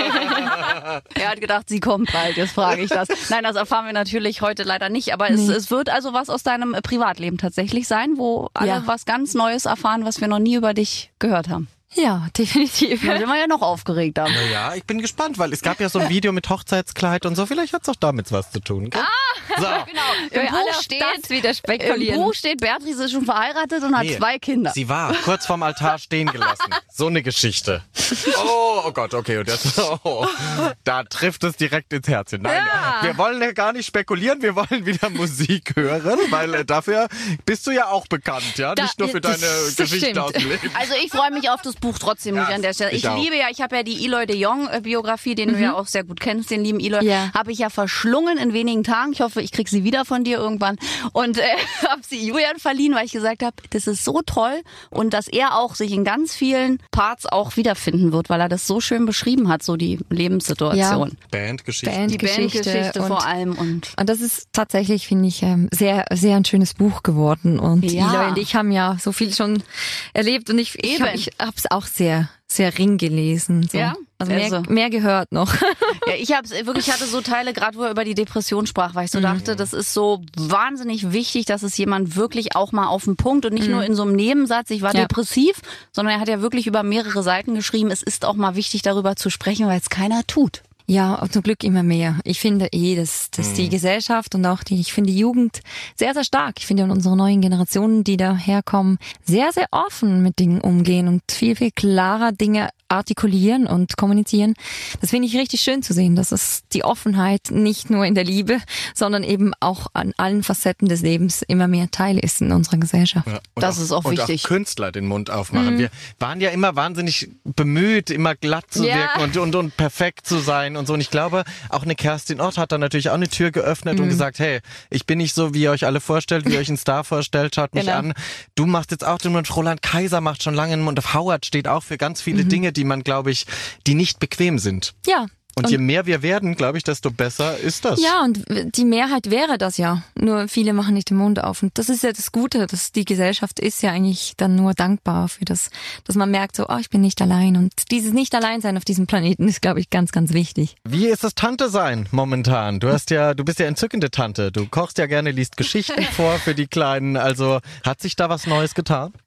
Er hat gedacht, sie kommt bald, jetzt frage ich das. Nein, das erfahren wir natürlich heute leider nicht, aber es, Nee. es wird also was aus deinem Privatleben tatsächlich sein, wo alle Ja. was ganz Neues erfahren, was wir noch nie über dich gehört haben. Ja, definitiv. Da sind wir ja noch aufgeregt dann. Ja, ich bin gespannt, weil es gab ja so ein Video mit Hochzeitskleid und so. Vielleicht hat's auch damit was zu tun. Gell? Ah, so. Genau. Im Wir alle Buch auf steht, das wieder im spekulieren. Buch steht, Beatrice ist schon verheiratet und hat Nee, zwei Kinder. Sie war kurz vorm Altar stehen gelassen. So eine Geschichte. Oh, oh Gott, okay. Und jetzt, oh, da trifft es direkt ins Herzchen. Nein, Ja. wir wollen ja gar nicht spekulieren. Wir wollen wieder Musik hören, weil äh, dafür bist du ja auch bekannt, ja? Da- Nicht nur für das- deine das Geschichte stimmt. aus dem Leben. Also ich freue mich auf das Buch trotzdem nicht Ja, an der Stelle. Ich, ich auch. liebe ja, ich habe ja die Eloy de Jong äh, Biografie, den du ja auch sehr gut kennst, den lieben Eloy, Ja. habe ich ja verschlungen in wenigen Tagen. Ich hoffe, ich krieg sie wieder von dir irgendwann und äh, habe sie Julian verliehen, weil ich gesagt habe, das ist so toll und dass er auch sich in ganz vielen Parts auch wiederfinden wird, weil er das so schön beschrieben hat, so die Lebenssituation. Bandgeschichte. Band- Die Geschichte Bandgeschichte und- vor allem und Und das ist tatsächlich, finde ich, ähm, sehr, sehr ein schönes Buch geworden. Und Ja. Eloy und ich haben ja so viel schon erlebt und ich, ich Eben. habe ich hab's auch sehr, sehr ring gelesen. So. Ja, Also mehr, also. mehr gehört noch. Ja, ich habe wirklich, ich hatte so Teile, gerade wo er über die Depression sprach, weil ich so dachte, das ist so wahnsinnig wichtig, dass es jemand wirklich auch mal auf den Punkt und nicht nur in so einem Nebensatz, ich war Ja. depressiv, sondern er hat ja wirklich über mehrere Seiten geschrieben, es ist auch mal wichtig, darüber zu sprechen, weil es keiner tut. Ja, und zum Glück immer mehr. Ich finde eh, dass, dass die Gesellschaft und auch die, ich finde die Jugend sehr, sehr stark. Ich finde unsere neuen Generationen, die da herkommen, sehr, sehr offen mit Dingen umgehen und viel, viel klarer Dinge artikulieren und kommunizieren. Das finde ich richtig schön zu sehen, dass es die Offenheit nicht nur in der Liebe, sondern eben auch an allen Facetten des Lebens immer mehr Teil ist in unserer Gesellschaft. Ja, und Das ist auch und wichtig. Auch Künstler den Mund aufmachen. Wir waren ja immer wahnsinnig bemüht, immer glatt zu Ja. wirken und, und, und perfekt zu sein und so. Und ich glaube, auch eine Kerstin Ott hat dann natürlich auch eine Tür geöffnet und gesagt, hey, ich bin nicht so, wie ihr euch alle vorstellt, wie ihr euch einen Star vorstellt, schaut mich Genau. an. Du machst jetzt auch den Mund, Roland Kaiser macht schon lange den Mund. Howard steht auch für ganz viele Dinge, die man, glaube ich, die nicht bequem sind. Ja. Und, je mehr wir werden, glaube ich, desto besser ist das. Ja, und die Mehrheit wäre das ja. Nur viele machen nicht den Mund auf. Und das ist ja das Gute, dass die Gesellschaft ist ja eigentlich dann nur dankbar für das, dass man merkt so, oh, ich bin nicht allein. Und dieses Nicht-Allein-Sein auf diesem Planeten ist, glaube ich, ganz, ganz wichtig. Wie ist das Tante sein momentan? Du hast ja, du bist ja entzückende Tante. Du kochst ja gerne, liest Geschichten vor für die Kleinen. Also hat sich da was Neues getan?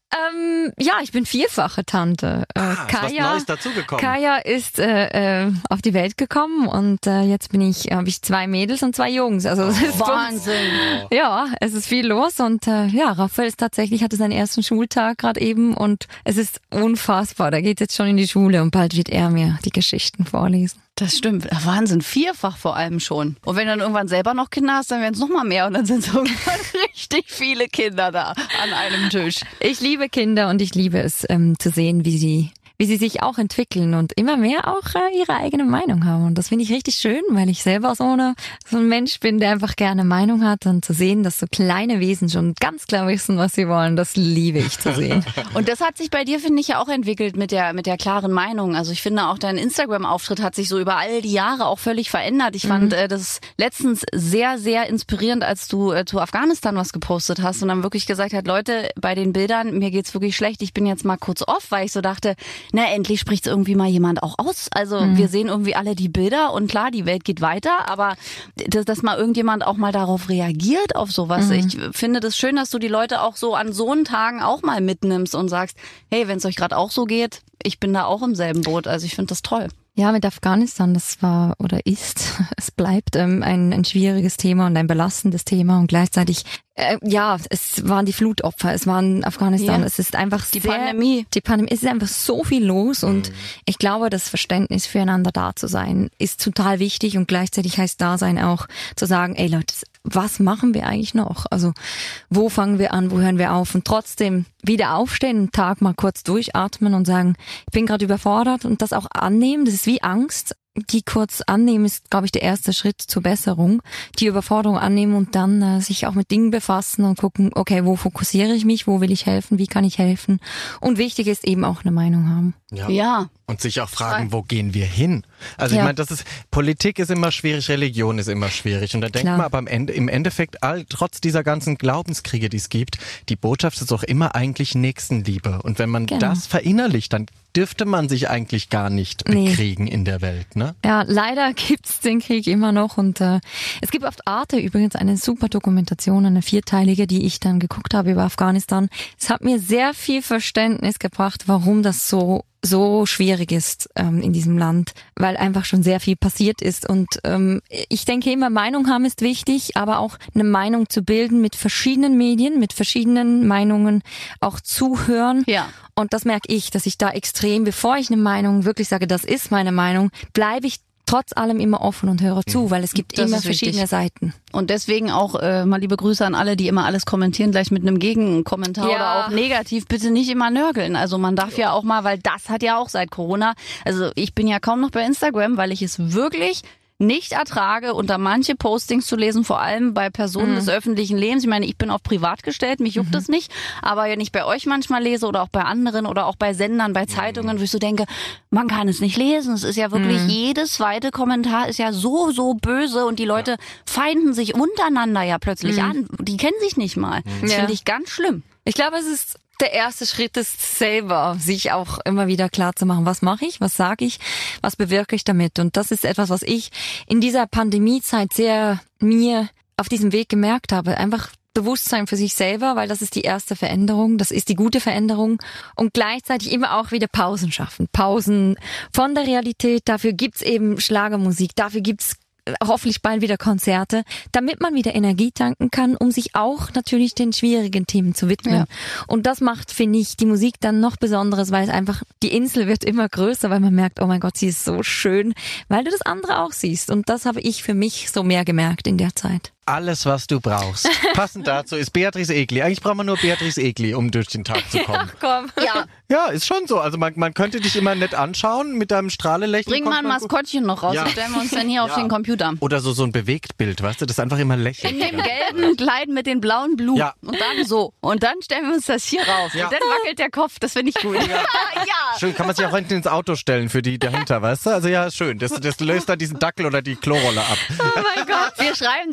Ähm, ja, ich bin vierfache Tante. Äh, Ah, ist was Kaya, Neues dazugekommen. Kaya ist äh, äh, auf die Welt gekommen und äh, jetzt bin ich, habe ich zwei Mädels und zwei Jungs. Also es ist Wahnsinn. Ja, es ist viel los und äh, ja, Raphael ist tatsächlich hatte seinen ersten Schultag gerade eben und es ist unfassbar. Der geht jetzt schon in die Schule und bald wird er mir die Geschichten vorlesen. Das stimmt. Wahnsinn. Vierfach vor allem schon. Und wenn du dann irgendwann selber noch Kinder hast, dann werden es noch mal mehr und dann sind so irgendwann richtig viele Kinder da an einem Tisch. Ich liebe Kinder und ich liebe es ähm, zu sehen, wie sie wie sie sich auch entwickeln und immer mehr auch äh, ihre eigene Meinung haben. Und das finde ich richtig schön, weil ich selber so, eine, so ein Mensch bin, der einfach gerne Meinung hat und zu sehen, dass so kleine Wesen schon ganz klar wissen, was sie wollen, das liebe ich zu sehen. Und das hat sich bei dir, finde ich, ja auch entwickelt mit der mit der klaren Meinung. Also ich finde auch dein Instagram-Auftritt hat sich so über all die Jahre auch völlig verändert. Ich fand äh, das letztens sehr, sehr inspirierend, als du äh, zu Afghanistan was gepostet hast und dann wirklich gesagt hast, Leute, bei den Bildern, mir geht's wirklich schlecht, ich bin jetzt mal kurz off, weil ich so dachte, na, endlich spricht irgendwie mal jemand auch aus. Also mhm. wir sehen irgendwie alle die Bilder und klar, die Welt geht weiter, aber dass, dass mal irgendjemand auch mal darauf reagiert, auf sowas. Mhm. Ich finde das schön, dass du die Leute auch so an so einen Tagen auch mal mitnimmst und sagst, hey, wenn es euch gerade auch so geht, ich bin da auch im selben Boot. Also ich finde das toll. Ja, mit Afghanistan, das war oder ist, es bleibt ähm, ein, ein schwieriges Thema und ein belastendes Thema und gleichzeitig, äh, ja, es waren die Flutopfer, es waren Afghanistan, ja. es ist einfach die sehr, Pandemie. Die Pandemie, es ist einfach so viel los und Mhm. ich glaube, das Verständnis füreinander da zu sein, ist total wichtig und gleichzeitig heißt da sein auch zu sagen, ey Leute, was machen wir eigentlich noch? Also wo fangen wir an, wo hören wir auf und trotzdem wieder aufstehen, einen Tag mal kurz durchatmen und sagen, ich bin gerade überfordert und das auch annehmen, das ist wie Angst, die kurz annehmen ist, glaube ich, der erste Schritt zur Besserung, die Überforderung annehmen und dann äh, sich auch mit Dingen befassen und gucken, okay, wo fokussiere ich mich, wo will ich helfen, wie kann ich helfen und wichtig ist eben auch eine Meinung haben. Ja. Ja. Und sich auch fragen, wo gehen wir hin? Also Ja. ich meine, das ist Politik ist immer schwierig, Religion ist immer schwierig. Und da denkt Klar. man aber am Ende, im Endeffekt, all, trotz dieser ganzen Glaubenskriege, die es gibt, die Botschaft ist auch immer eigentlich Nächstenliebe. Und wenn man Genau. das verinnerlicht, dann dürfte man sich eigentlich gar nicht Nee. bekriegen in der Welt, ne? Ja, leider gibt's den Krieg immer noch und äh, es gibt auf Arte übrigens eine super Dokumentation, eine vierteilige, die ich dann geguckt habe über Afghanistan. Es hat mir sehr viel Verständnis gebracht, warum das so so schwierig ist ähm, in diesem Land, weil einfach schon sehr viel passiert ist und ähm, ich denke immer, Meinung haben ist wichtig, aber auch eine Meinung zu bilden mit verschiedenen Medien, mit verschiedenen Meinungen, auch zuhören. Ja. Und das merke ich, dass ich da extrem, bevor ich eine Meinung wirklich sage, das ist meine Meinung, bleibe ich trotz allem immer offen und höre zu, weil es gibt Das immer ist wichtig. verschiedene Seiten. Und deswegen auch äh, mal liebe Grüße an alle, die immer alles kommentieren, gleich mit einem Gegenkommentar Ja. oder auch negativ. Bitte nicht immer nörgeln. Also man darf ja auch mal, weil das hat ja auch seit Corona, also ich bin ja kaum noch bei Instagram, weil ich es wirklich nicht ertrage, unter manche Postings zu lesen, vor allem bei Personen Mhm. des öffentlichen Lebens. Ich meine, ich bin auf privat gestellt, mich juckt das nicht, aber wenn ich bei euch manchmal lese oder auch bei anderen oder auch bei Sendern, bei Zeitungen, wo ich so denke, man kann es nicht lesen. Es ist ja wirklich, Mhm. jedes zweite Kommentar ist ja so, so böse und die Leute feinden sich untereinander ja plötzlich Mhm. an. Die kennen sich nicht mal. Das Ja. finde ich ganz schlimm. Ich glaube, es ist der erste Schritt ist selber, sich auch immer wieder klar zu machen, was mache ich, was sage ich, was bewirke ich damit. Und das ist etwas, was ich in dieser Pandemiezeit sehr mir auf diesem Weg gemerkt habe. Einfach Bewusstsein für sich selber, weil das ist die erste Veränderung, das ist die gute Veränderung und gleichzeitig immer auch wieder Pausen schaffen. Pausen von der Realität, dafür gibt's eben Schlagermusik, dafür gibt's hoffentlich bald wieder Konzerte, damit man wieder Energie tanken kann, um sich auch natürlich den schwierigen Themen zu widmen. Ja. Und das macht, finde ich, die Musik dann noch Besonderes, weil es einfach, die Insel wird immer größer, weil man merkt, oh mein Gott, sie ist so schön, weil du das andere auch siehst. Und das habe ich für mich so mehr gemerkt in der Zeit. Alles, was du brauchst. Passend dazu ist Beatrice Egli. Eigentlich braucht man nur Beatrice Egli, um durch den Tag zu kommen. Komm. Ja, Ja, ist schon so. Also man, man könnte dich immer nett anschauen mit deinem Strahlelächeln. bring mal ein kommt man gut- Maskottchen noch raus. Ja. Das stellen wir uns dann hier auf Ja. den Computer. Oder so, so ein Bewegtbild, weißt du, das einfach immer lächelt. In dem gelben Kleid mit den blauen Blumen. Ja. Und dann so. Und dann stellen wir uns das hier rauf. Ja. Und dann wackelt der Kopf. Das finde ich gut. Ja. ja. Schön, kann man sich auch hinten ins Auto stellen für die dahinter, weißt du? Also ja, schön. Das, das löst dann diesen Dackel oder die Klorolle ab. Oh mein Gott. Wir schreiben der Plattenfirma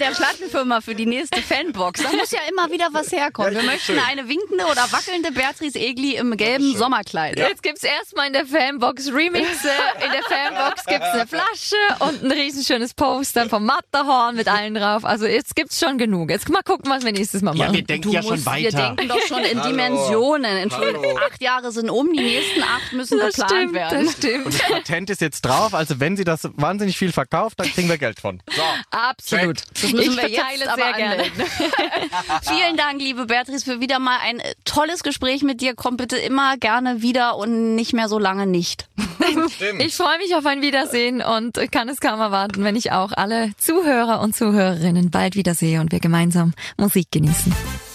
Plattenfirma für die nächste Fanbox. Da muss ja immer wieder was herkommen. Wir möchten eine winkende oder wackelnde Beatrice Egli im gelben Sommerkleid. Jetzt gibt's erstmal in der Fanbox Remixe, in der Fanbox gibt's eine Flasche und ein riesenschönes Poster vom Matterhorn mit allen drauf. Also jetzt gibt's schon genug. Jetzt mal gucken, was wir nächstes Mal machen. Ja, wir denken Du ja schon musst- weiter. Wir denken doch schon in Dimensionen. Entschuldigung, acht Jahre sind um, die nächsten acht müssen Das geplant stimmt, werden. das stimmt. Und das Patent ist jetzt drauf, also wenn sie das wahnsinnig viel verkauft, dann kriegen wir Geld von. So. Absolut. Das müssen ich wir verteile jetzt aber sehr gerne. anmelden. Vielen Dank, liebe Beatrice, für wieder mal ein äh, tolles Gespräch mit dir. Komm bitte immer gerne wieder und nicht mehr so lange nicht. Ich freue mich auf ein Wiedersehen und kann es kaum erwarten, wenn ich auch alle Zuhörer und Zuhörerinnen bald wiedersehe und wir gemeinsam Musik genießen.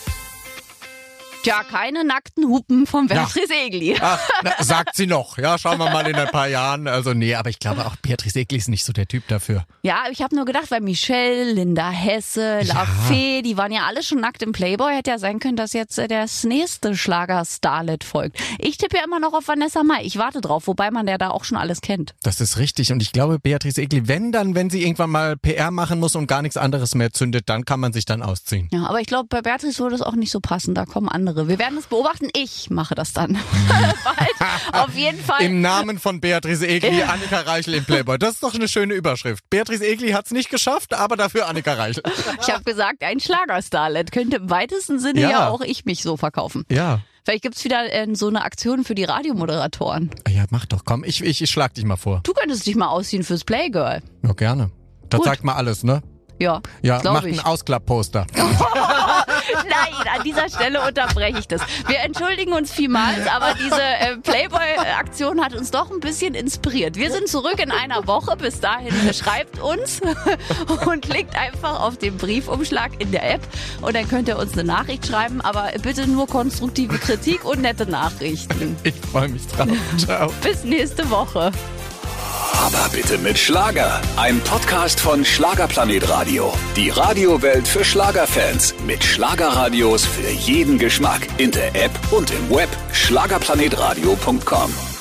Tja, keine nackten Hupen von Beatrice Egli. Ach, na, sagt sie noch. Ja, schauen wir mal in ein paar Jahren. Also nee, aber ich glaube auch Beatrice Egli ist nicht so der Typ dafür. Ja, ich habe nur gedacht, weil Michelle, Linda Hesse, La Ja. Fee, die waren ja alle schon nackt im Playboy. Hätte ja sein können, dass jetzt äh, das nächste Schlager-Starlet folgt. Ich tippe ja immer noch auf Vanessa Mai. Ich warte drauf, wobei man ja da auch schon alles kennt. Das ist richtig. Und ich glaube, Beatrice Egli, wenn dann, wenn sie irgendwann mal P R machen muss und gar nichts anderes mehr zündet, dann kann man sich dann ausziehen. Ja, aber ich glaube, bei Beatrice würde es auch nicht so passen. Da kommen andere. Wir werden es beobachten. Ich mache das dann. Bald. Auf jeden Fall. Im Namen von Beatrice Egli, Annika Reichel im Playboy. Das ist doch eine schöne Überschrift. Beatrice Egli hat es nicht geschafft, aber dafür Annika Reichel. Ich habe gesagt, ein Schlagerstarlet. Könnte im weitesten Sinne ja, Ja. auch ich mich so verkaufen. Ja. Vielleicht gibt's wieder äh, so eine Aktion für die Radiomoderatoren. Ja, mach doch, komm. Ich, ich, ich schlag dich mal vor. Du könntest dich mal ausziehen fürs Playgirl. Ja, gerne. Das Gut. sagt mal alles, ne? Ja, Ja, glaub mach ich. ein Ausklappposter. Nein, an dieser Stelle unterbreche ich das. Wir entschuldigen uns vielmals, aber diese äh, Playboy-Aktion hat uns doch ein bisschen inspiriert. Wir sind zurück in einer Woche. Bis dahin äh, schreibt uns und klickt einfach auf den Briefumschlag in der App und dann könnt ihr uns eine Nachricht schreiben, aber bitte nur konstruktive Kritik und nette Nachrichten. Ich freue mich drauf. Ciao. Bis nächste Woche. Aber bitte mit Schlager. Ein Podcast von Schlagerplanet Radio. Die Radiowelt für Schlagerfans. Mit Schlagerradios für jeden Geschmack. In der App und im Web. schlagerplanetradio punkt com.